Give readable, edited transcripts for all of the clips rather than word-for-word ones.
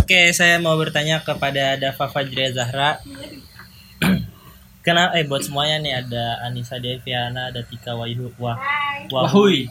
Oke, saya mau bertanya kepada Dava Fajria Zahra. Kenapa buat semuanya nih, ada Anissa Deviana, ada Tika Wahui.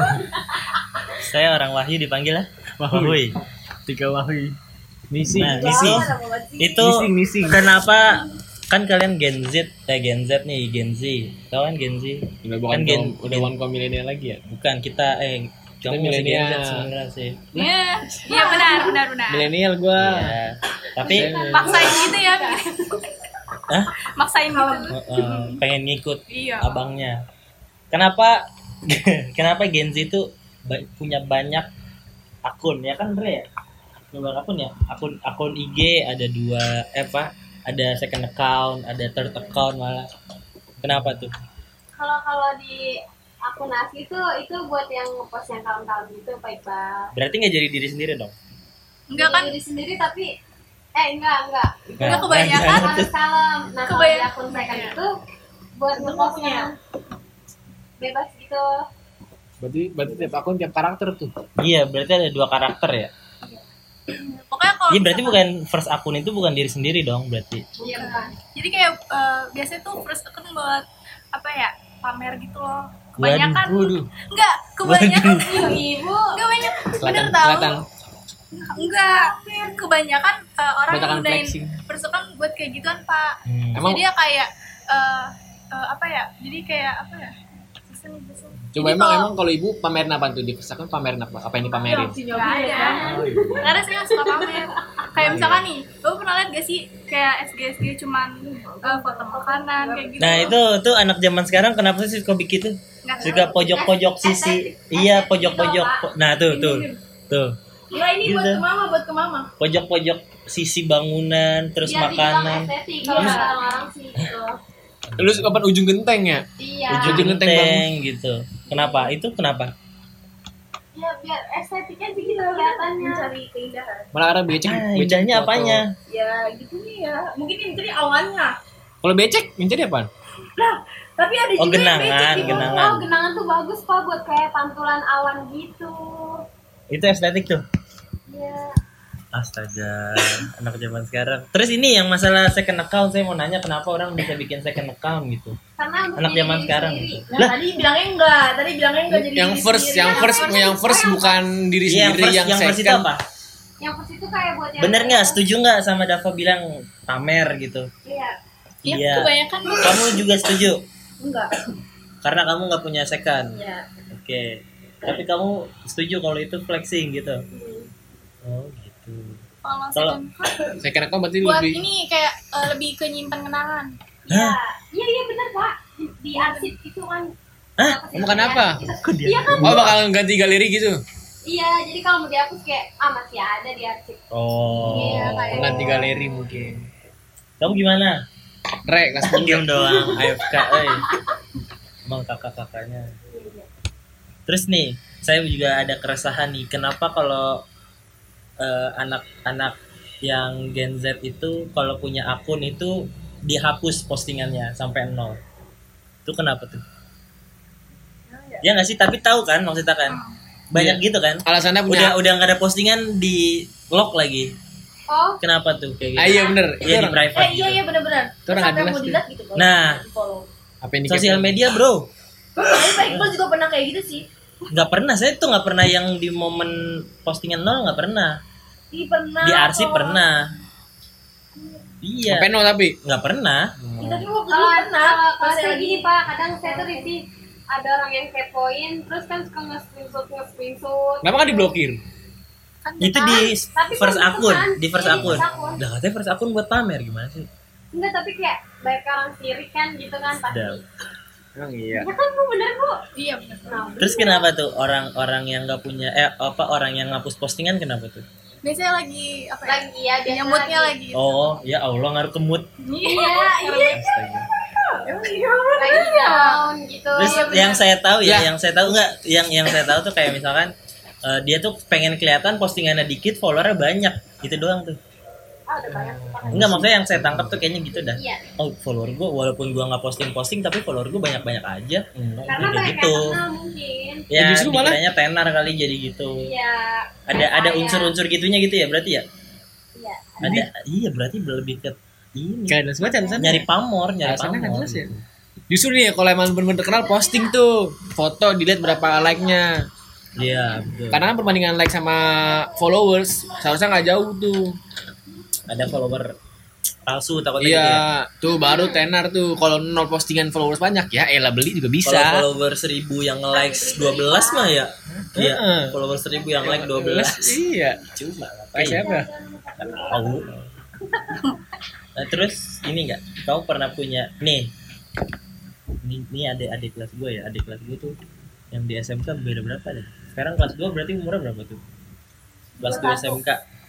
Saya orang Wahyu dipanggil lah. Wahui. Tika Wahui. Nisi. Nah, Itu Nisi. kenapa kan kalian Gen Z nih, Gen Z. Tahu kan Gen Z? Udah bukan Kan udah bukan kaum milenial lagi ya? Bukan kita kamu masih Gen Z sebenarnya sih. Iya benar. Milenial gua. Iya. Tapi Maksain gitu ya. Hah? Maksain gitu. Pengen ngikut Iya. abangnya. Kenapa Gen Z itu punya banyak akun ya kan Bre ya? Banyak akun ya. Akun IG ada 2 ada second account, ada third account malah. Kenapa tuh? Kalau di akun asli itu buat yang ngepost yang kalem-kalem gitu, Pak Iqbal. Berarti nggak jadi diri sendiri dong? Enggak kan? Diri sendiri tapi enggak. Enggak kebanyakan. Kalem. Nah, kalau di akun second itu buat ngepostnya bebas gitu. Berarti tiap akun tiap karakter tuh. Iya, berarti ada 2 karakter ya? Pokoknya kalau Iya, berarti bukan first akun itu bukan diri sendiri dong berarti. Iya bukan. jadi kayak biasanya tuh first account buat apa ya? Pamer gitu loh. Kebanyakan. Waduh. Enggak, kebanyakan Ibu. enggak banyak. Bener Kelihatan. tahu. Enggak, kebanyakan orang Kebanyakan yang gunain flexing. first account buat kayak gituan, Pak. Emang Jadi ya kayak apa ya? Jadi kayak apa ya? Susah. coba Jadi emang kalau ibu pamerin apa tuh? Dipesakan pamerin apa? Apa yang dipamerin? Enggak ada. Nggak ada, saya nggak suka pamer. Kayak misalkan nih, lo pernah lihat gak sih kayak SG cuman foto makanan kayak gitu? Nah, itu tuh anak zaman sekarang kenapa sih suka begitu? Nggak tahu. Suka pojok-pojok sisi. Iya, pojok-pojok. Nah, tuh. Enggak, ini Gitu. buat ke mama. Pojok-pojok sisi bangunan, terus Biar dibilang makanan. estetik kalau orang sih gitu. Lu kapan ujung genteng ya? Iya. Ujung Ujung genteng genteng gitu. Kenapa? Itu kenapa? Ya biar estetiknya sih gitu kelihatannya. Mencari keindahan. Malah ada becek. Indahnya foto. apanya? Ya gitu nih ya. Mungkin ini tadi awalnya. Kalau becek mencari apa? Tapi ada Oh, juga yang genangan, becek gitu. genangan. Oh, genangan tuh bagus Pak buat kayak pantulan awan gitu. Itu estetik tuh. Iya. Astaga, anak zaman sekarang. Terus ini yang masalah second account, saya mau nanya kenapa orang bisa bikin second account gitu. Karena untuk Anak diri zaman sekarang sendiri. gitu. Nah, tadi bilangnya enggak jadi Yang diri first sendiri. bukan diri Iya, sendiri, yang first itu second. apa? Yang first itu kayak buat yang Bener nggak? Setuju nggak sama Dava bilang pamer gitu? Iya. Ya, Iya. kebanyakan Kamu juga setuju? enggak. Karena kamu nggak punya second. Ya. Oke. Tapi kamu setuju kalau itu flexing gitu? Oh gitu. Kalau Kalau- second account Second account berarti buat lebih. ini kayak lebih ke nyimpan kenangan. Iya. Iya benar Pak. Di arsip itu kan. Hah? Bukan apa? Iya kan? Oh, bakal ganti galeri gitu. Iya, jadi kalau mau dihapus kayak masih ada di arsip. Oh. Iya, kayak- Pengganti galeri mungkin. Kamu gimana? Kas Diam doang, AFK. Emang kakak-kakaknya. Terus nih, saya juga ada keresahan nih. Kenapa kalau anak-anak yang Gen Z itu kalau punya akun itu dihapus postingannya sampai 0? Itu kenapa tuh? Ya nggak sih, tapi tahu kan maksudnya kan? Banyak gitu kan? Alasannya punya. Udah nggak ada postingan di lock lagi. Oh, Kenapa tuh kayak gitu? Iya bener. Iya, di private. gitu. Iya benar-benar. Itu orang nggak jelas tuh. gitu. Nah, Apa yang sosial media, Bro. Tapi Pak Iqbal juga pernah kayak gitu sih. Nggak pernah, saya tuh nggak pernah yang di momen postingan 0, nggak pernah. Iya pernah. Di arsip pernah. Iya, Sampai no tapi. nggak pernah. Kita dulu waktu kalau itu pernah. kalau Pas saya lagi gini Pak, kadang saya tuh risih ada orang yang kepoin, terus kan suka nge-screenshot. Kenapa kan diblokir? kan Itu kita- di Tapi first kan akun, kan? di first Iya, di akun. first akun. Lah katanya first akun buat pamer gimana sih? Enggak, tapi kayak banyak orang sirik kan gitu kan pasti. Sedap. Emang iya. Ya kan Bu, bener Bu. Iya benar. Nah, Terus kenapa tuh orang-orang yang nggak punya orang yang ngapus postingan kenapa tuh? Biasanya lagi apa ya? lagi ya biasa Yang moodnya lagi. Oh, ya Allah ngaruh ke mood. Iya, Astaga. lagi down gitu. Terus Iya, bener. yang saya tahu Ya. yang saya tahu nggak, yang saya tahu tuh kayak misalkan dia tuh pengen kelihatan postingannya dikit, followernya banyak, gitu doang tuh. Udah banyak. Enggak, maksudnya yang saya tangkap tuh kayaknya gitu dah. Iya. Oh, follower gue walaupun gue nggak posting tapi follower gue banyak aja. Enggak. Karena Kayak banyak gitu. yang kenal mungkin. Ya, justru malah- dikiranya tenar kali jadi gitu. Iya. Ada Kayak unsur-unsur gitunya gitu ya berarti ya? Iya berarti lebih ke ini. Kayak dan semacam sana. Nyari pamor, nyari Alasannya kan pamor. jelas ya. gitu. Justru nih kalau emang bener-bener kenal posting tuh foto dilihat berapa like-nya. Iya, betul. Karena kan perbandingan like sama followers seharusnya nggak jauh tuh. Ada follower palsu takutnya gitu ya. Iya, tuh baru tenar tuh. Kalau nol postingan followers banyak ya, elah beli juga bisa. Kalau follower 1000 yang likes 12 mah ya. Iya, Heeh. follower 1000 yang like 12. Iya. Cuma Kayak ngapain? siapa? Kan tahu. Nah, terus ini enggak? Kamu pernah punya nih. Ini adik kelas gue ya. Adik kelas gue tuh yang di SMK beda berapa deh? Sekarang kelas 2 berarti umurnya berapa tuh? Kelas 2 SMK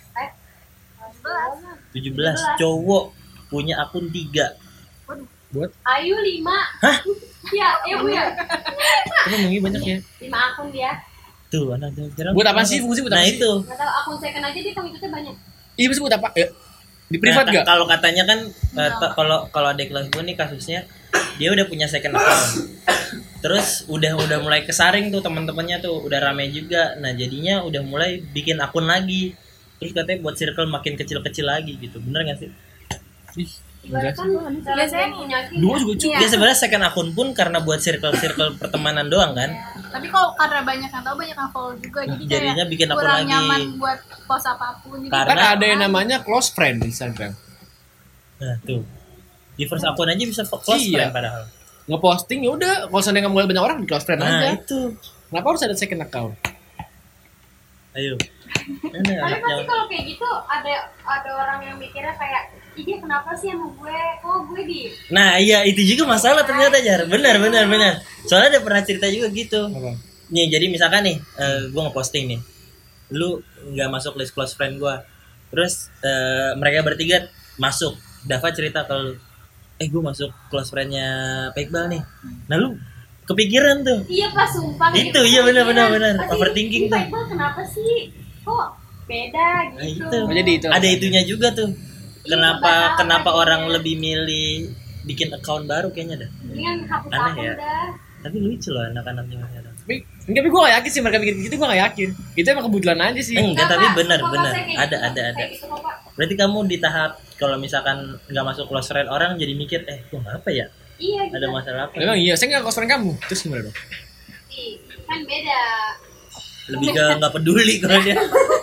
17 cowok punya akun 3. Ayu 5. Hah? Iya, iya Bu ya. Itu ngomongnya banyak ya. 5 akun dia. Tuh, anak sekarang. Buat apa sih? Fungsi buat apa Nah, sih? itu. Enggak tahu akun second aja dia pengikutnya banyak. Iya, bisa buat apa? Ya. Di privat Nah, enggak? kalau katanya kan kalau adik kelas gue nih kasusnya dia udah punya second account. Terus udah mulai kesaring tuh teman-temannya tuh, udah rame juga. Nah, jadinya udah mulai bikin akun lagi. Terus katanya buat circle makin kecil-kecil lagi gitu. Bener gak sih? Ih, enggak Kan sih. Biasanya punya Dua juga cukup. Iya. Ya sebenarnya second akun pun karena buat circle pertemanan doang kan. Tapi kalau karena banyak yang tahu, banyak yang follow juga, jadi Jadinya kayak bikin akun kurang lagi. nyaman buat post apapun. Jadi Karena Kan ada yang namanya close friend di Instagram. Nah, tuh. Di first akun aja bisa close Iya. friend padahal. Ngeposting ya udah, kalau seandainya nggak mau banyak orang di close friend Nah, aja. itu. Kenapa harus ada second account? Ayo. Mana Tapi anak pasti yang kalau kayak gitu ada orang yang mikirnya kayak, "Ih, dia kenapa sih sama gue? Kok gue di?" Nah, iya itu juga masalah ternyata Jar. Benar. Soalnya ada pernah cerita juga gitu. Apa? Nih, jadi misalkan nih, gue ngeposting nih. Lu nggak masuk list close friend gue. Terus mereka bertiga masuk. Dava cerita ke lu, gue masuk close friendnya Pak Iqbal nih. Nah, lu kepikiran tuh. Iya pas sumpah Itu, iya, benar. Pasti, Overthinking "Ini tuh. Pak Iqbal kenapa sih? Kok beda Nah, gitu?" itu. Oh, jadi itu. Ada itunya juga tuh. Iya, Kenapa masalah orang kayaknya. lebih milih bikin account baru kayaknya dah. Mendingan hapus Aneh akun ya. dah. Tapi lucu loh anak-anak zaman sekarang. Tapi gue gak yakin sih mereka bikin gitu, gue gak yakin. Itu emang kebetulan aja sih. Enggak, Enggak, tapi Pak. benar. Sumpah, Pak, saya kayak Ada. gitu. Kayak gitu kok, Pak. Berarti kamu di tahap kalau misalkan nggak masuk close friend orang jadi mikir, gue ngapa ya? Iya gitu. Ada masalah apa? Memang iya, saya gak close friend kamu. Terus gimana dong? Ih, kan beda. Lebih ke nggak peduli kalau dia.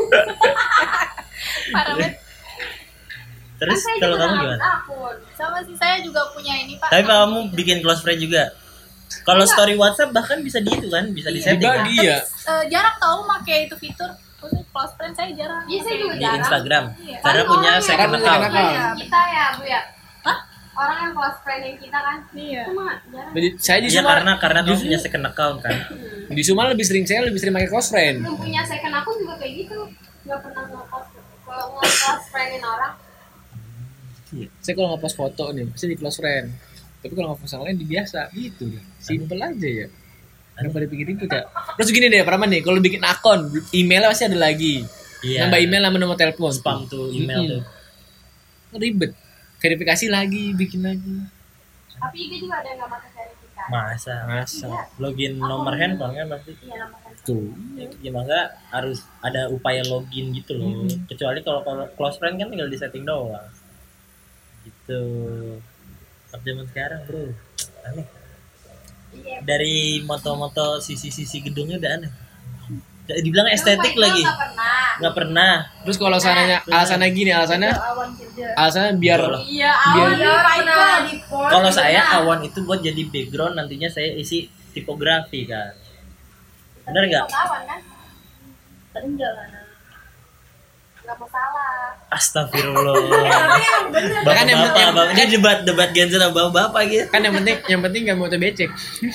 parah banget. Terus Kan saya kalau juga kamu hapus gimana? akun. Sama sih, saya juga punya ini Pak. Tapi kamu bikin close friend juga. Kalau story WhatsApp bahkan bisa di itu kan, bisa di Iya, setting kan? Dibagi ya. Jarang tahu pakai itu fitur. Khusus close friend saya jarang. Iya, saya juga Di jarang. Instagram. Iya. Karena Paling punya orang yang- second Karena account. second account. Iya. Kita ya, Bu ya. Hah? Orang yang close friend yang kita kan. Iya. Cuma jarang. Jadi saya di Iya Suma, karena kamu justru- punya second account kan. di Suma lebih sering pakai close friend. Belum punya second akun juga kayak gitu. Nggak pernah nge-close friendin orang. Saya kalau ngepost foto nih, pasti di close friend. Tapi kalau ngepost yang lain di biasa, gitu deh. Simple aja ya. Kenapa dipikirin itu ya? Terus gini deh, Praman nih, kalau bikin akun, emailnya pasti ada lagi. Iya. Nambah email sama nomor telepon. Spam tuh email tuh. Ribet. Verifikasi lagi, bikin lagi. Tapi IG juga ada yang nggak pakai verifikasi. Masa Masa. Iya. login nomor handphone kan pasti. Iya, namanya. Tuh. Ya maka harus ada upaya login gitu loh. Kecuali kalau close friend kan tinggal di setting doang. Gitu. Zaman sekarang, Bro. Aneh. Iya. Dari moto-moto sisi-sisi gedungnya udah aneh. Dibilang Lu estetik Pak Iqbal lagi. nggak pernah. Nggak pernah. Terus kalau alasannya gini, alasannya biar Iya, Biar- awal Pak Iqbal. Kalau saya awan itu buat jadi background, nantinya saya isi tipografi kan. Bener nggak? Kawan kan? Enggak lah. Nggak masalah. Astagfirullah. Kan yang penting- Bapak-bapak ini debat Gen Z sama bapak-bapak gitu. kan yang penting nggak mau becek.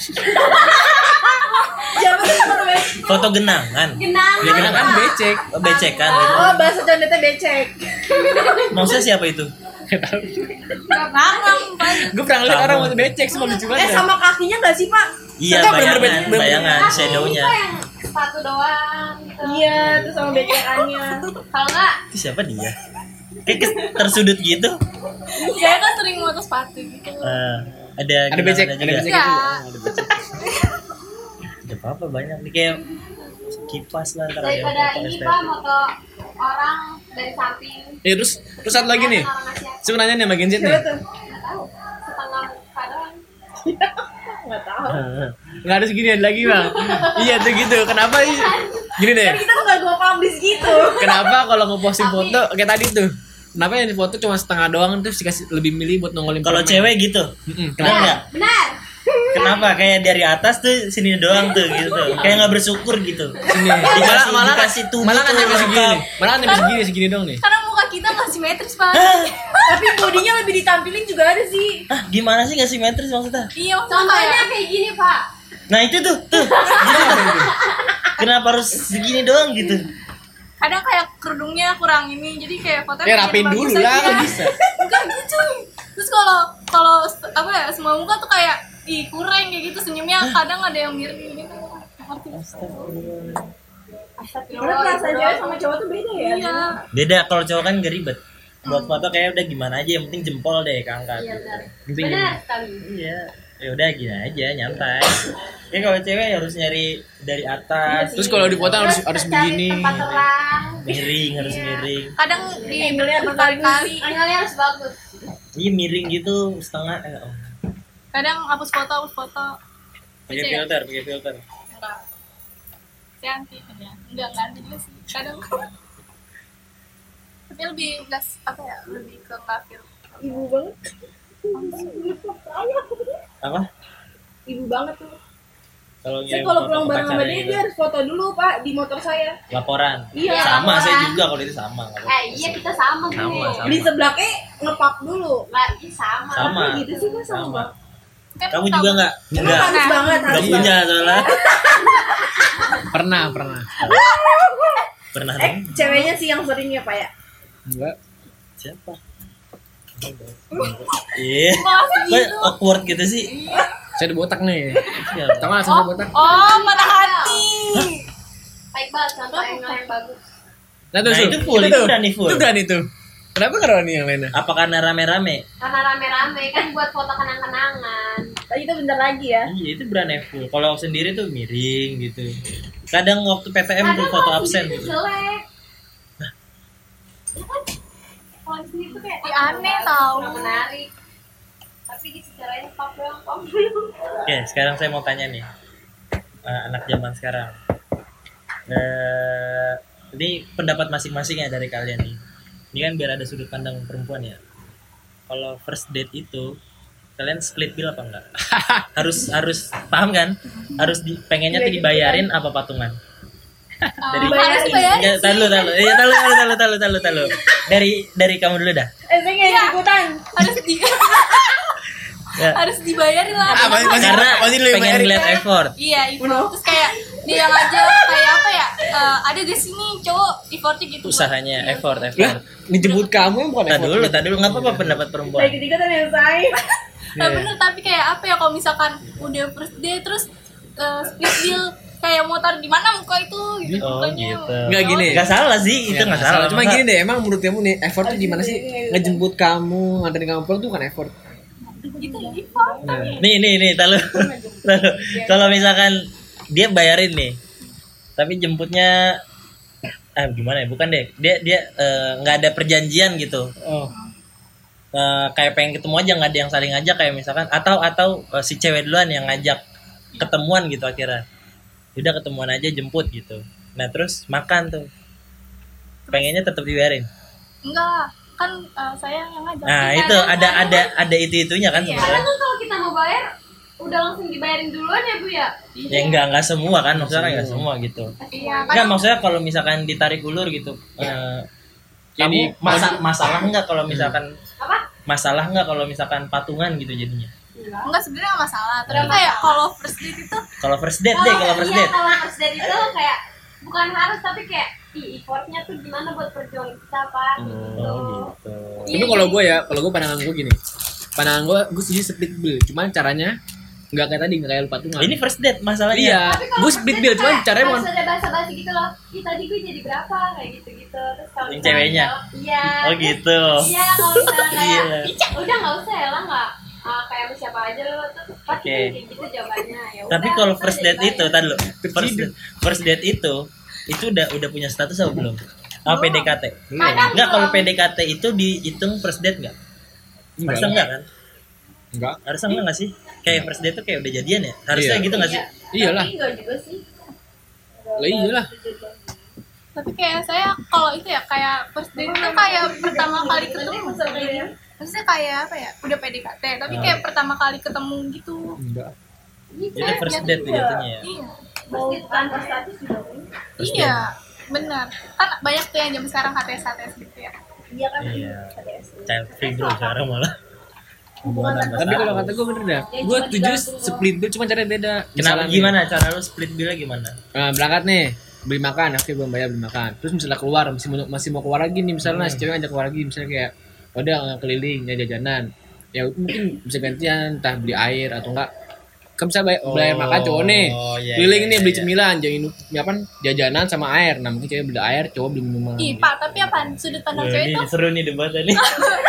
Foto genangan. Genangan. Ya kena kan becek. Oh, becekan gitu. Oh, bahasa condet becek. Maksudnya siapa itu? Ngarang, Pak. Gue pernah lihat Kamu. orang mau becek semua lucu banget. Sama kakinya nggak sih, Pak? Iya, Enggak, bener-bener bayangan, bener-bener. bayangan Aku shadownya. suka yang sepatu doang gitu. Iya, terus sama becekannya. Kalau nggak, Itu siapa dia? Kayak tersudut gitu. Saya kan sering moto sepatu gitu. Ada Ada becek, genangannya ada juga. becek. Enggak. Ada becek. Ada apa banyak nih kayak kipas lah antara daripada foto ini estetik. Pak moto orang dari samping. Ya terus satu lagi nih. Orang ngasih Sebenarnya nih sama Gen Z nih. Siapa tuh? nggak tahu setengah muka doang. Nggak tahu. Nggak ada segini lagi bang. Iya tuh gitu. Kenapa gini deh? Kan kita tuh nggak gua publish gitu. Kenapa kalau ngeposting foto kayak tadi tuh? Kenapa yang di foto cuma setengah doang terus dikasih lebih milih buat nongolin Kalau permen? cewek gitu. Mm-mm, Benar kenapa? nggak? Benar. Kenapa kayak dari atas tuh sini doang tuh gitu. Kayak nggak bersyukur gitu. Sini. Dikasih tubuh malah kan tuh, nyampe segini. lengkap. Malah kan nyampe segini dong nih. Karena muka kita nggak simetris pak. Tapi bodinya lebih ditampilin juga ada sih. Ah, gimana sih nggak simetris maksudnya? Iya maksudnya Contohnya kayak kayak gini Pak. Nah itu tuh. Kenapa harus segini doang gitu? kadang kayak kerudungnya kurang ini, jadi kayak fotonya Ya pengen rapiin bagus dulu aja. lah, kan bisa. Bukan gitu. Terus kalau apa ya, semua muka tuh kayak ih kurang kayak gitu senyumnya, kadang ada yang miring gitu. Karena perasaan cewek sama cowok tuh beda ya. Iya. Beda, kalau cowok kan gak ribet. Buat foto kayak udah gimana aja, yang penting jempol deh keangkat. Iya benar. Penting Benar sekali. Iya. Ya udah gini aja, nyantai. Ya kalau cewek harus nyari dari atas, Terus kalau di foto harus Terus cari begini. tempat terang. miring, harus Iya. miring. Kadang di Angle-nya harus berkali-kali. Angle-nya harus bagus. Iya miring gitu setengah. Kadang hapus foto. Pakai Bisa ya? filter. Enggak. Saya anti ya. Enggak anti juga sih. Kadang tapi lebih gas apa ya? Lebih ke kafir. Ibu banget. Apa? Ibu banget tuh. Kalau Saya ngirim kalau foto pulang ke bareng sama pacarnya dia, gitu. dia harus foto dulu Pak di motor saya. Laporan. Iya, Sama laporan. saya juga kalau itu sama. nggak apa-apa. Iya kita sama Bu. Sama. Di sebelahnya ngepap dulu. Lagi sama. Sama. Kok gitu sih Pak sama. Sama. Kan Kamu juga nggak? Emang Enggak. harus banget, Nggak harus punya banget. soalnya. Pernah. Pernah dong? Ceweknya sih yang sering ya Pak ya. Enggak. Siapa? Iya. Masih Kok gitu. awkward gitu sih? Saya udah botak nih. Siapa? Tahu langsung udah botak. Oh, patah hati. Baik banget contoh angle yang bagus. Nah, Nah, itu full, itu berani full. Itu berani tuh. Kenapa nggak berani yang lainnya? Apa karena rame-rame? Karena rame-rame kan buat foto kenang-kenangan. Tadi itu bentar lagi ya. Iya, itu berani full. Kalau sendiri tuh miring gitu. Kadang waktu PTM tuh foto kalau absen sendiri gitu. jelek. Ya kan? Kalau di sini tuh kayak Ih, aneh tau. kurang menarik. Tapi gitu caranya pop doang. Oke, sekarang saya mau tanya nih. Anak zaman sekarang. Ini pendapat masing-masing ya dari kalian nih. Ini kan biar ada sudut pandang perempuan ya. Kalau first date itu kalian split bill apa enggak? harus paham kan? Pengennya tuh dibayarin apa patungan? Harus dibayarin Ya, sih. talu. Dari kamu dulu dah. Saya nggak Iya. ikutan. Ya. Harus dibayarin lah. Karena masih lu yang pengen bayarin. lihat effort. Iya, effort. Terus kayak dia ngajak kayak apa ya? Ada gak sih nih cowok effortnya gitu? Usahanya, Iya. effort. Lah, ngejemput kamu yang bukan Tadi dulu nggak apa-apa pendapat perempuan. Saya ketiga kan yang saya. Nah, bener, tapi kayak apa ya, kalau misalkan udah first day terus split bill kayak mau taruh di mana muka itu gitu. Oh, Mukanya. gitu. Nggak gini. Nggak salah sih, itu Ya, nggak salah. Cuma Masa- gini deh, emang menurut kamu nih effort tuh gimana sih? Ngejemput kamu, nganterin kamu pulang tuh bukan effort. Gitu effort. Nih, tahu. Kalau misalkan dia bayarin nih, tapi jemputnya gimana ya? Bukan deh. Dia nggak ada perjanjian gitu. Oh. Kayak pengen ketemu aja, nggak ada yang saling ngajak, kayak misalkan atau si cewek duluan yang ngajak ketemuan gitu akhirnya. Udah ketemuan aja, jemput gitu. Nah, terus makan tuh. Pengennya tetap dibayarin. Enggak, kan saya yang ngajak. Nah, Iya, itu kan? ada itu-itunya kan Iya. Karena sebenarnya. kan kalau kita mau bayar udah langsung dibayarin duluan ya Bu ya. Ya enggak semua kan, maksudnya enggak semua gitu. Iya, Enggak, kan maksudnya kalau misalkan ditarik ulur gitu. Jadi, Kamu masalah enggak kalau misalkan Apa? masalah enggak kalau misalkan patungan gitu jadinya. enggak sebenarnya enggak masalah. Tapi kayak kalau first date itu Kalau first date deh, kalau first iya, date. kalau first date itu kayak bukan harus tapi kayak effortnya tuh gimana buat perjuangan kita Pak gitu. Oh, gitu. Tapi kalau gue pandangan gue gini. Pandangan gue setuju split bill, cuman caranya nggak kayak tadi, nggak kayak lu patungan. Ini first date masalahnya. Iya, Tapi kalau gue first split date bill, cuman kayak caranya bukan. harus ada bahasa-bahasa gitu loh. Ih tadi gue jadi berapa kayak gitu-gitu. Terus kalau Yang misalnya ceweknya? iya. Oh gitu. Iya kalau misalnya kayak Gila. udah nggak usah ya lah nggak kayak sama siapa aja lo tuh pasti Oke. kayak gitu jawabannya ya. Tapi udah, kalau ntar first jadi date itu bayar. tadi lo. First date itu udah punya status apa belum? Oh, PDKT. Enggak, kalau PDKT itu dihitung first date enggak? Harusnya enggak kan? Enggak. Harusnya enggak sih? Kayak first date tuh kayak udah jadian ya? Harusnya Iya. gitu enggak sih? Iyalah. Tapi enggak juga sih. Lah iyalah. Tapi kayak saya kalau itu ya kayak first date itu kayak pertama kali ketemu. Maksudnya kayak apa ya? Udah PDKT, tapi kayak pertama kali ketemu gitu. Enggak. Itu first date tuh jatuhnya ya. Iya. Mau tanpa status juga. Iya, benar. Kan banyak tuh yang jam sekarang HTS gitu ya. Iya kan? Iya. Child free bro sekarang malah. Hubungan tanpa Tapi kalau status. kata gue bener dah. Gue setuju split bill cuma caranya beda. Kenapa Misalnya nih, gimana cara lu split bill gimana? berangkat nih beli makan, oke gue bayar beli makan. Terus misalnya keluar masih mau keluar lagi nih misalnya si cewek ngajak keluar lagi misalnya kayak udah keliling jajanan. Ya mungkin bisa gantian entah beli air atau enggak. Kan bisa bayar makan cowok nih. iya, Keliling iya, nih beli iya. cemilan, jajanan sama air. Nah, mungkin cewek beli air, cowok beli minuman. Ih, Pak, tapi apaan sudut pandang cewek Ini itu seru nih debatnya nih.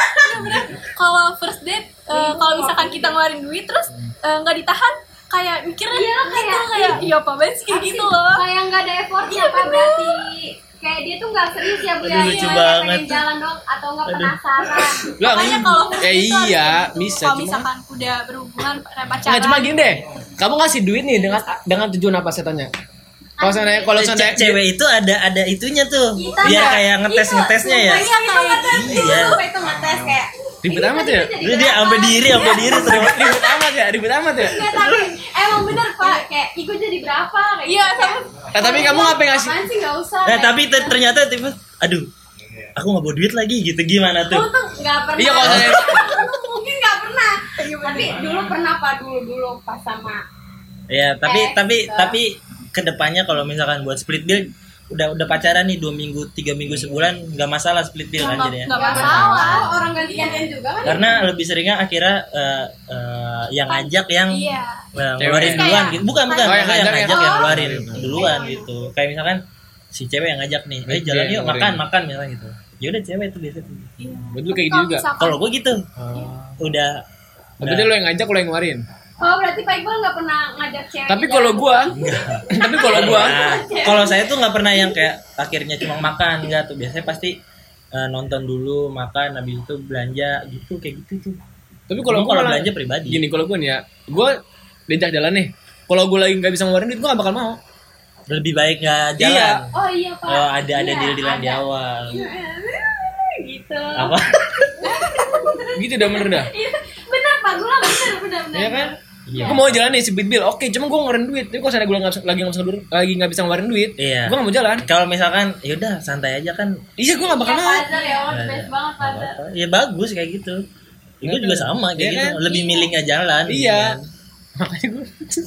kalau first date kalau misalkan kita ngeluarin duit terus nggak ditahan kayak mikirnya Iya, kayak iya apa banget sih kayak gitu loh. Kayak nggak ada effortnya apa berarti kayak dia tuh nggak serius ya Bu Aduh, ya, lucu ya, banget. pengen jalan dong atau nggak penasaran. Lah, Makanya kalau first date tuh harus iya, kayak gitu. bisa Kalau cuma misalkan udah berhubungan pacaran. Nah, cuma gini deh. Kamu ngasih duit nih dengan tujuan apa saya tanya? Kalau saya Cewek itu ada itunya tuh. Kita Biar nggak- kayak ngetes nya ya. Iya kayak gitu. Iya. Itu ngetes kayak ribet amat ya? Lu dia sampai diri terus. Ribet amat ya? Nggak, tapi emang bener Pak kayak ikut jadi berapa kayak Iya gitu. sama. Nah, tapi kamu ngapain ngasih? Apaan sih nggak usah. Nah, kayak- tapi ternyata tiba aduh. Aku nggak bawa duit lagi gitu gimana tuh? Aku tuh nggak pernah. Iya, kalau saya Mungkin nggak pernah. Tapi dulu pernah Pak dulu pas sama. Ya, tapi gitu. tapi kedepannya kalau misalkan buat split bill udah pacaran nih 2 minggu 3 minggu sebulan nggak masalah split bill kan jadinya. Nggak masalah. Orang ganti-gantian juga kan. Karena lebih seringnya akhirnya yang ngajak yang Iya. ngeluarin Cewek. duluan gitu. Bukan Oh, yang maksudnya yang ngajak ngajak ya? yang ngeluarin Oh. duluan gitu. Kayak misalkan si cewek yang ngajak nih, Iya, jalan yuk ngeluarin. makan misalnya gitu. Ya udah cewek itu biasa tuh. Iya. Betul kayak gitu juga. misalkan- Kalau gue gitu, udah Berarti lo yang ngajak, lo yang ngeluarin. Oh berarti Pak Iqbal nggak pernah ngajak cewek. Tapi jalan. kalau gua, Nah, kalau saya tuh nggak pernah yang kayak akhirnya cuma makan enggak tuh. Biasanya pasti nonton dulu, makan, habis itu belanja gitu kayak gitu tuh. tapi kalau Emang gua kalau malah- belanja pribadi. gini kalau gua nih ya, gua diajak jalan nih. Kalau gua lagi nggak bisa ngeluarin duit, gua nggak bakal mau. Lebih baik nggak Iya. jalan. Oh iya Pak. Oh, ada Iya, deal-dealan di ada. awal. Gitu. Apa? Gitu udah bener dah. Bener Pak, gue bener. Iya kan? Iya. Gua mau jalan nih split bill. Oke, cuma gua ngeluarin duit. Tapi kalau saya gua lagi nggak bisa ngeluarin duit, Iya. gua nggak mau jalan. Kalau misalkan ya udah santai aja kan. Iya, gua nggak bakal Ya mau. Fajar ya, Allah Nggak best ada. banget Fajar. Apa-apa. Ya bagus kayak gitu. Itu juga sama kayak Iya gitu. kan? Lebih milih nggak jalan. Iya. gitu kan. Makanya gua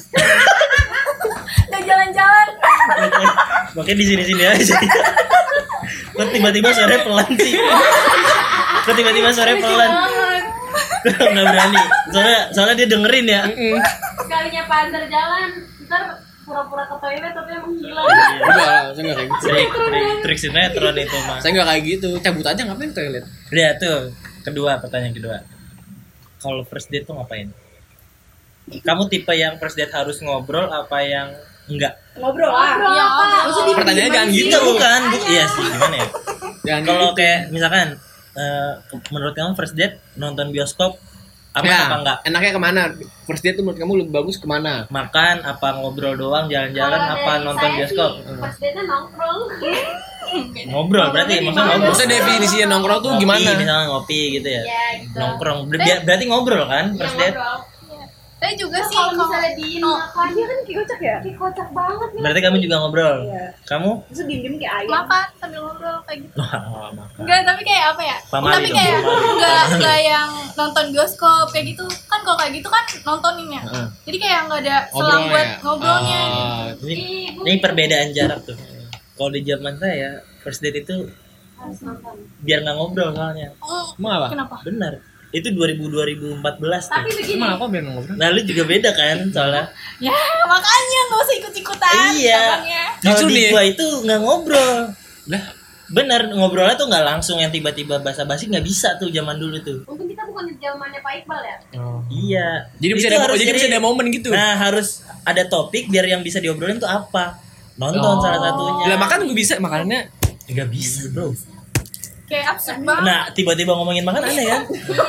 Nggak jalan-jalan. Makanya di sini-sini aja. Kok tiba-tiba sore pelan sih? Kok tiba-tiba sore pelan? Nggak berani. Soalnya dia dengerin ya. Sekalinya Fajar jalan, ntar pura-pura ke toilet tapi emang hilang. enggak lah, saya nggak kayak gitu. Trik sinetron itu mah. Saya nggak kayak gitu. Cabut aja ngapain ke toilet? Lihat tuh. Pertanyaan kedua. Kalau first date tuh ngapain? Kamu tipe yang first date harus ngobrol apa yang enggak? ngobrol lah. Iya, Maksudnya di- Pertanyaannya jangan gitu. Enggak bukan. Iya sih gimana ya? Jangan Kalau gitu. kayak misalkan menurut kamu first date nonton bioskop apa Ya, apa enggak? enaknya kemana? First date tuh menurut kamu lebih bagus kemana? Makan apa ngobrol doang jalan-jalan Kalau apa dari nonton saya bioskop? sih, First date-nya nongkrong. Ngobrol berarti maksudnya ngobrol. Maksudnya definisinya nongkrong tuh Ngopi, gimana? misalnya ngopi gitu ya. Ya gitu. Nongkrong berarti ngobrol kan Yang first date. ngobrol. Saya juga sih Kalau misalnya di no, makan, Dia kan kayak kocak ya. kayak kocak banget nih. Berarti kamu juga ngobrol. Iya. Kamu? Terus diem-diem kayak ayam. makan sambil ngobrol kayak gitu. Wah, makan. Enggak, tapi kayak apa ya? Pamali Tapi dong, kayak pamali. enggak yang nonton bioskop kayak gitu. Kan kalau kayak gitu kan nontonin ya. Heeh. Jadi kayak enggak ada selang buat ya? ngobrolnya. Ah, Ini perbedaan jarak tuh. Kalau di zaman saya first date itu Harus nonton. biar nggak ngobrol soalnya. Oh, emang apa? kenapa? Benar. Itu 2014 Tapi tuh. begini, Emang apa biar ngobrol? Nah, lu juga beda kan soalnya. Ya, makanya enggak usah ikut-ikutan. Iya. gampangnya. Kalau Justru di nih. gua itu nggak ngobrol. Lah, Bener, ngobrolnya tuh nggak langsung yang tiba-tiba basa-basi nggak bisa tuh zaman dulu tuh. untung kita bukan di zamannya Pak Iqbal ya. Iya. jadi bisa Itu ada harus jadi bisa jadi- ada momen gitu. Nah, harus ada topik biar yang bisa diobrolin tuh apa. Nonton salah satunya. Lah makan gue bisa makanannya Nggak bisa bro. Kayak absurd banget. Nah tiba-tiba ngomongin makan aneh kan.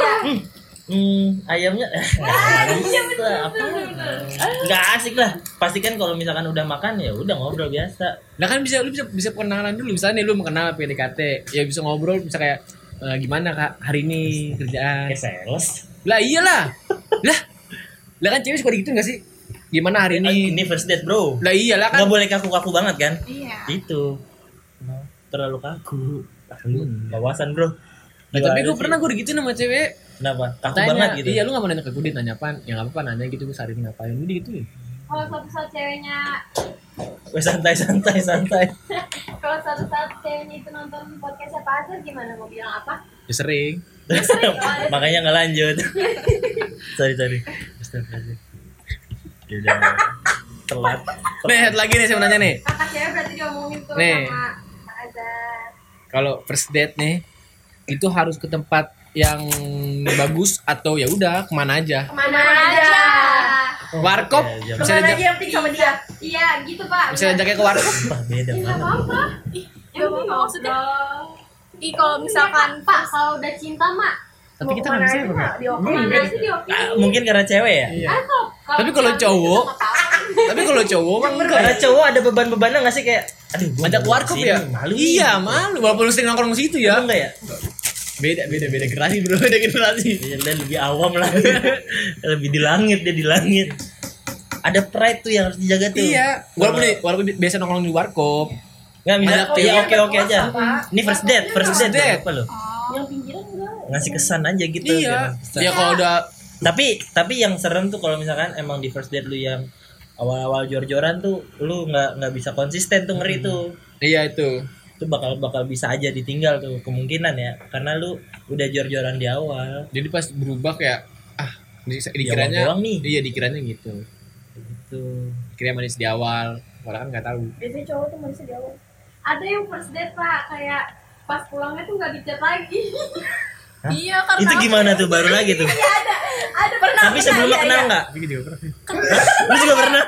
Ayamnya nggak bisa apa? Nggak asik lah. Pastikan kalau misalkan udah makan ya udah ngobrol biasa. Nah kan lu bisa kenalan dulu, misalnya nih lu mau kenal PDKT, ya bisa ngobrol, bisa kayak gimana kak hari ini kerjaan. Kayak sales. Lah iyalah. lah kan cewek suka gitu nggak sih? Gimana hari ini? Ini first date bro. Lah iyalah kan. Nggak boleh kaku-kaku banget kan? Iya. Itu terlalu kaku. Wawasan bro. Nah, tapi gue pernah gue gitu sama cewek. Kenapa? Kaku Tanya, banget gitu. iya lu gak mau nanya ke gue, dia nanya apaan? Ya gak apa-apa nanya gitu, gue sehari ini ngapain, udah gitu ya. Kalau suatu saat ceweknya Wes santai. kalau suatu saat ceweknya itu nonton podcast Pak Azhar gimana, mau bilang apa? Ya sering. Makanya nggak lanjut. sorry. Astagfirullahaladzim. Ya udah telat. Nih, satu lagi nih saya mau nanya nih. Kakak cewek berarti diomongin tuh Nih. sama Pak Azhar. Kalau first date nih, itu harus ke tempat yang bagus atau ya udah kemana aja? Kemana aja? Warkop, Oke, bisa Kemana diajak, aja yang penting sama dia. Iya gitu Pak. bisa diajaknya ke warkop. Sumpah beda Iya banget. apa-apa. Gak apa-apa maksudnya. Kalau Misalkan misalkan Pak kalau udah cinta mak. Tapi kita nggak bisa ya, Pak. Kemana sih diokin? Mungkin karena cewek ya. Iya. Kalau Tapi kalau misalkan cowok, sama Pak, Tapi kalau cowok mah enggak. Karena cowok ada beban-bebannya nggak sih kayak, aduh, gua Ngajak mau warkop kesini, ya? Malu. Iya, malu. Walaupun lu sering nongkrong di situ ya. Enggak ya? Beda generasi bro, beda generasi. Dia lebih awam lah. Lebih di langit dia di langit. Ada pride tuh yang harus dijaga tuh. Iya, walaupun biasa nongkrong di warkop. Nggak bisa. Ada- Ya oke aja. Ini first date date. apa lo? yang pinggiran enggak. Ngasih kesan aja gitu. Iya. biar kesan. Ya kalau udah Tapi yang serem tuh kalau misalkan emang di first date lu yang awal-awal jor-joran tuh lu nggak bisa konsisten tuh ngeri tuh. iya itu. Itu bakal bisa aja ditinggal tuh kemungkinan ya karena lu udah jor-joran di awal. Jadi pas berubah kayak Ya, dikiranya doang nih. Iya, dikiranya gitu. Gitu. Dikira manis di awal, padahal kan nggak tahu. Biasanya cowok tuh manusia di awal. Ada yang first date Pak kayak pas pulangnya tuh nggak dicat lagi. iya karena Itu gimana tuh baru lagi tuh? Ada pernah. Tapi sebelumnya kenal nggak? Tapi juga pernah. Lu juga pernah?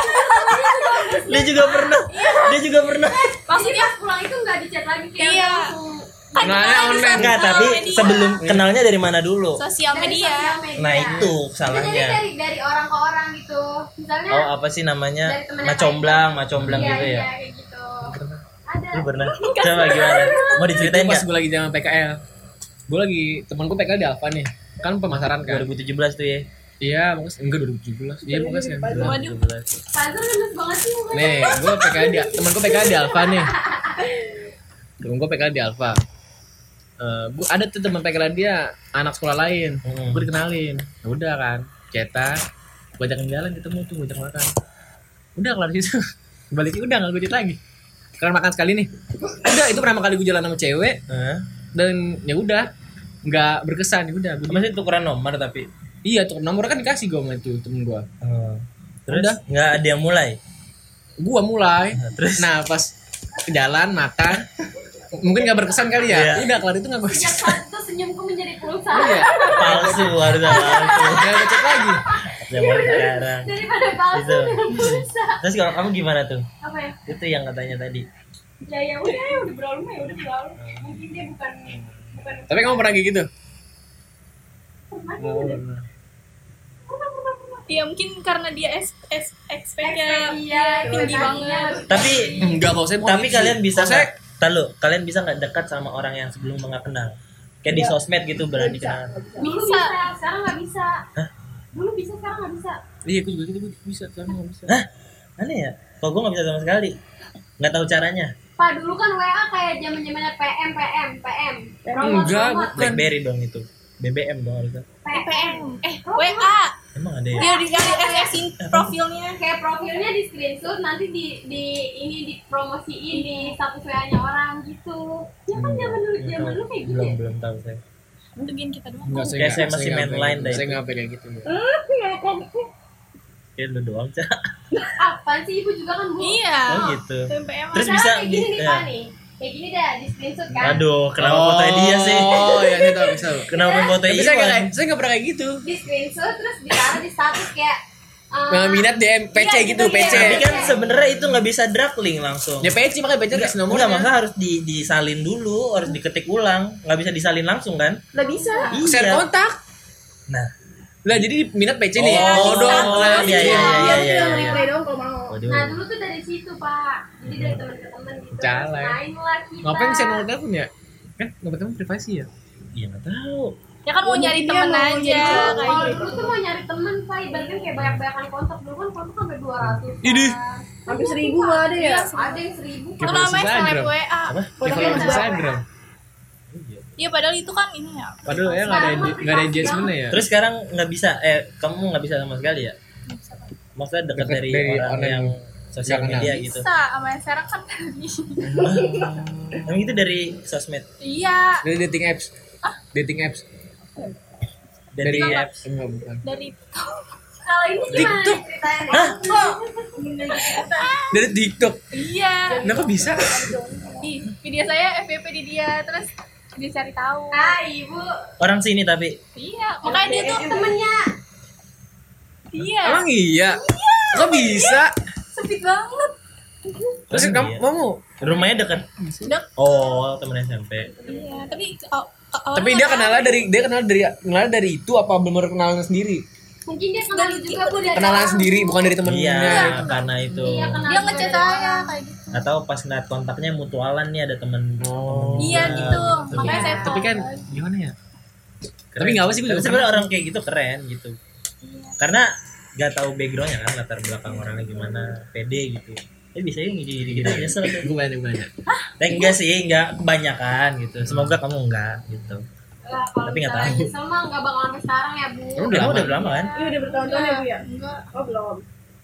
Dia juga pernah. maksudnya Pas pulang itu nggak dicat lagi kayak Iya. langsung Kenalnya online. Enggak, tapi media. sebelum kenalnya dari mana dulu? sosial dari media. sosial media. Nah, itu Jadi salahnya. dari orang ke orang gitu. Misalnya Oh, apa sih namanya? dari temennya Macomblang iya, gitu ya. Iya, kayak gitu. Ada. Lu pernah? Coba gimana? Mau diceritain Itu pas enggak? gue lagi zaman PKL. Gue lagi temen gue PKL di Alfa nih. Kan pemasaran kan. 2017 tuh ya. Iya, enggak 2017. Iya, pokoknya sih. Waduh. 2017. Panzer gemes banget sih mukanya. Nih, temen gue PKL di Alfa nih. Temen gue PKL di Alfa. Gue ada tuh teman PKL dia anak sekolah lain. Gue dikenalin. Ya udah kan, cetak. Gue ajakin jalan ketemu tuh, gue ajak makan. Udah kelar situ. Balik udah nggak gue chat lagi. Karena makan sekali nih. Udah itu pertama kali gue jalan sama cewek Hah? dan ya udah nggak berkesan. Ya udah. Masih tukeran nomor tapi. Iya tuh nomor kan dikasih gue sama itu temen gue. Terus Udah. nggak ada yang mulai. Gue mulai. Terus Nah pas jalan makan mungkin nggak berkesan kali ya. Iya. Udah kelar itu nggak gue Sejak chat. saat itu senyumku menjadi pulsa. Iya. palsu harusnya palsu. Nggak gue chat lagi. Zaman sekarang. Daripada palsu Itu. dengan pulsa. Terus kalau kamu gimana tuh? Apa ya? Itu yang katanya tadi. Ya udah berlalu mah ya udah berlalu. Mungkin dia bukan Tapi kamu pernah kayak gitu? pernah. Ya mungkin karena dia expect-nya Iya, tinggi banget. Tapi Enggak kok saya bukan tapi gitu sih. kalian bisa Kalau saya nggak? Tahu, kalian bisa nggak dekat sama orang yang sebelumnya nggak kenal? Kayak di sosmed gitu berani kenal. Dulu Bisa. bisa, sekarang nggak bisa. Hah? Dulu bisa, sekarang nggak bisa. iya gue juga gitu gue bisa sekarang nggak bisa. Hah? Aneh ya? Kok gue nggak bisa sama sekali? Nggak tahu caranya. Pak dulu kan WA kayak zaman-zamannya PM. Enggak, bukan. BlackBerry dong itu. BBM dong harusnya. PM. WA Emang ada ya? dia dikasih profilnya. Kayak profilnya di screenshot nanti di ini dipromosiin di status WA-nya orang gitu. Ya kan zaman dulu kayak gitu ya. Belum tahu saya. Untungin kita doang. Enggak, Kayak saya masih nggak main pengen- line dah Saya itu. nggak pengen kayak gitu. Kayak lu doang, Cak. Apaan sih ibu juga kan Bu? Iya. Oh gitu. TMPM Terus Misalnya bisa kayak gini nih ya. Pak nih. Kayak gini dah di screenshot kan. Aduh, kenapa fotonya dia sih? Oh iya saya tahu. Kenapa fotonya Tapi saya Iwan? nggak pernah kayak gitu. Di screenshot terus ditaruh di status kayak minat DM PC Iya, gitu, gitu, PC. iya. Tapi kan sebenarnya itu nggak bisa drag link langsung. Ya PC makanya PC kasih nomornya. Enggak, masa harus disalin dulu, harus diketik ulang. Nggak bisa disalin langsung kan? Nggak bisa. Share Iya. kontak. Nah, Lah jadi minat PC nih. Oh, dong. iya, iya, iya, Dia iya, tinggal iya. replay doang kalau mau. waduh. Nah dulu tuh dari situ pak, jadi dari teman ke teman gitu. Calek. Main lah kita. Ngapain share nomor telepon ya? Kan nomor telepon privasi ya. Iya nggak tahu. Ya kan mau nyari temen aja kayak Kalau gitu. dulu tuh mau nyari teman pak, ibaratnya kayak banyak-banyakan kontak. Dulu kan kontak sampai 200. Idih. Hampir 1.000 nggak ada ya? Ada yang 1000. Itu namanya Instagram. snap WA. Apa? Follow Instagram. Iya padahal itu kan ini ya. Padahal ya nggak ada engagementnya ya. Terus sekarang nggak bisa, kamu nggak bisa sama sekali ya? Maksudnya dekat Deket dari, dari orang online yang sosial yang kenal. media gitu. Bisa, sama yang sekarang kan dari. Emang itu dari sosmed, Iya, Dari dating apps. Dating apps. dari apps. Enggak bukan. dari Kalau ini gimana TikTok. ceritanya? Hah? Dari TikTok. iya. Kenapa bisa? Di video saya FVP di dia terus dia cari tahu. Ah ibu, Orang sini tapi. Iya, makanya dia tuh temennya. iya. Emang iya? Kok bisa? Sempit banget. Terus Emang kamu iya? kamu Rumahnya dekat. Dek. Oh, temen SMP. Iya, tapi tapi dia kenal dari itu apa benar kenalan sendiri? Mungkin dia kenal juga bu dari Kenalan sendiri bukan dari temennya. Iya, karena itu. Iya, kenal dia juga ngechat dari saya orang. kayak gitu. Atau pas ngeliat kontaknya mutualan nih ada temen. Oh. Iya gitu. gitu. Makanya saya Tapi kan follow. gimana ya? Keren. Tapi nggak apa sih, gue Tapi juga sebenarnya pernah. orang kayak gitu keren gitu. Karena nggak tahu backgroundnya kan, latar belakang orangnya gimana, pede gitu. Bisa ya ngidi kita nyesel tuh. Gue banyak. Enggak sih, enggak kebanyakan gitu. Semoga kamu enggak gitu. Lah, kalau Tapi nggak misalnya tahu. nyesel mah nggak bakal sampai sekarang ya bu. Emang Udah lama kan? Ini udah bertahun-tahun ya Bu ya? Enggak, Oh belum.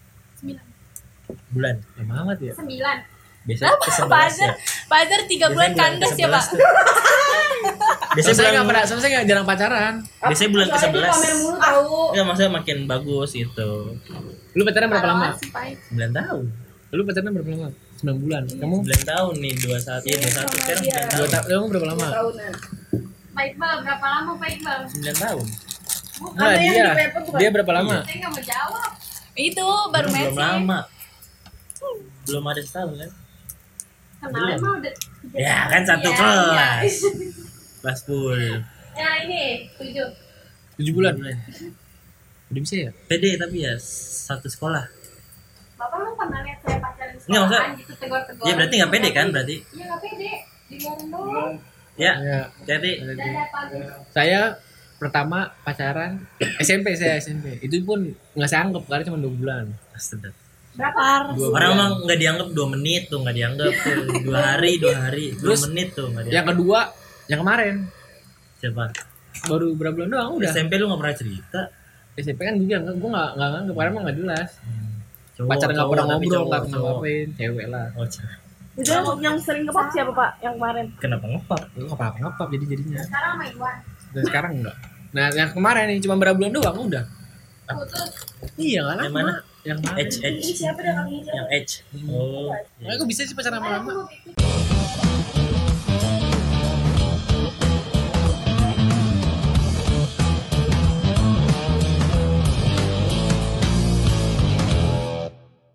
9. Bulan. Lama amat ya. 9. Biasanya ke 11 ya. Pajar, Pajar 3 bulan kandas ya, Pak. Biasanya Saya nggak bulan, pernah, saya nggak jarang pacaran. biasanya bulan ke Soalnya dia 11. pamer mulu tahu. Ya maksudnya makin bagus gitu. Lu pacaran berapa lama? Parah sih, Pak. 9 tahun. Lu pacaran berapa lama? 9 bulan. Kamu 9 tahun nih, 21 ya, 21 sekarang 9 tahun. kamu berapa lama? Tahunan. Pak Iqbal berapa lama Pak Iqbal? 9 tahun. Nah, Ada yang dia. di paper bukan? Dia berapa lama? Saya nggak mau jawab. Itu baru Belum matching. lama. Belum ada setahun kan? Kenalnya Belum. mah udah. Ya kan satu Iya, kelas. Kelas full. Ya ini 7. 7 bulan. Udah bisa ya? Pede tapi ya satu sekolah. Bapak lu pernah lihat saya pacaran di Nggak, maksudnya- sekolahan gitu tegur-tegur. Ya berarti nggak pede kan berarti? Iya nggak pede. Di luaran doang. Ya, Ya. jadi Dadah pagi. Saya pertama pacaran SMP itu pun nggak saya anggap karena cuma 2 bulan. astaga. Berapa? 2 Orang bulan. emang nggak dianggap 2 menit tuh, nggak dianggap tuh 2 hari, 2 hari, 2 Terus, menit tuh nggak Yang dianggap. kedua, yang kemarin Siapa? baru berapa bulan doang udah. SMP lu nggak pernah cerita. SMP kan gue bilang gue nggak nganggap karena emang nggak jelas. Cowok, Pacaran nggak cowok, pernah tapi ngobrol, cowok, nggak pernah cowok. ngapain, cewek lah. Oh, cewek. Itu yang sering ngepop siapa Pak? Yang kemarin. Kenapa ngepap? Lu nggak apa-apa jadinya. Sekarang sama Iwan. Dan sekarang enggak. Nah yang kemarin nih cuma berapa bulan doang udah. Putus. Iya nggak lama. Yang mana? Yang mana? Edge, Ini edge. siapa dah kakinya siapa? Yang edge. Oh. Makanya kok bisa sih pacaran Saya lama-lama? tuh